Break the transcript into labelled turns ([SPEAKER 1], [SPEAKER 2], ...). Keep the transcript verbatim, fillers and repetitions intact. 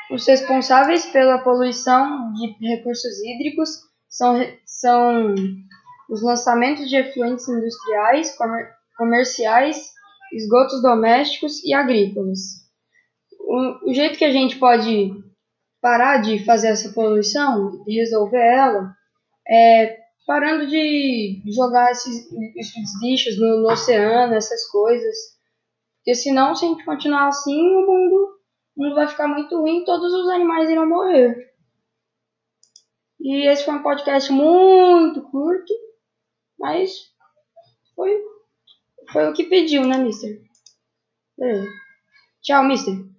[SPEAKER 1] Os responsáveis pela poluição de recursos hídricos são, são os lançamentos de efluentes industriais, comer, comerciais, esgotos domésticos e agrícolas. O, o jeito que a gente pode parar de fazer essa poluição e resolver ela é parando de jogar esses, esses lixos no, no oceano, essas coisas. Porque senão, se a gente continuar assim, o mundo, o mundo vai ficar muito ruim e todos os animais irão morrer. E esse foi um podcast muito curto, mas foi, foi o que pediu, né, mister? Beleza. Tchau, mister.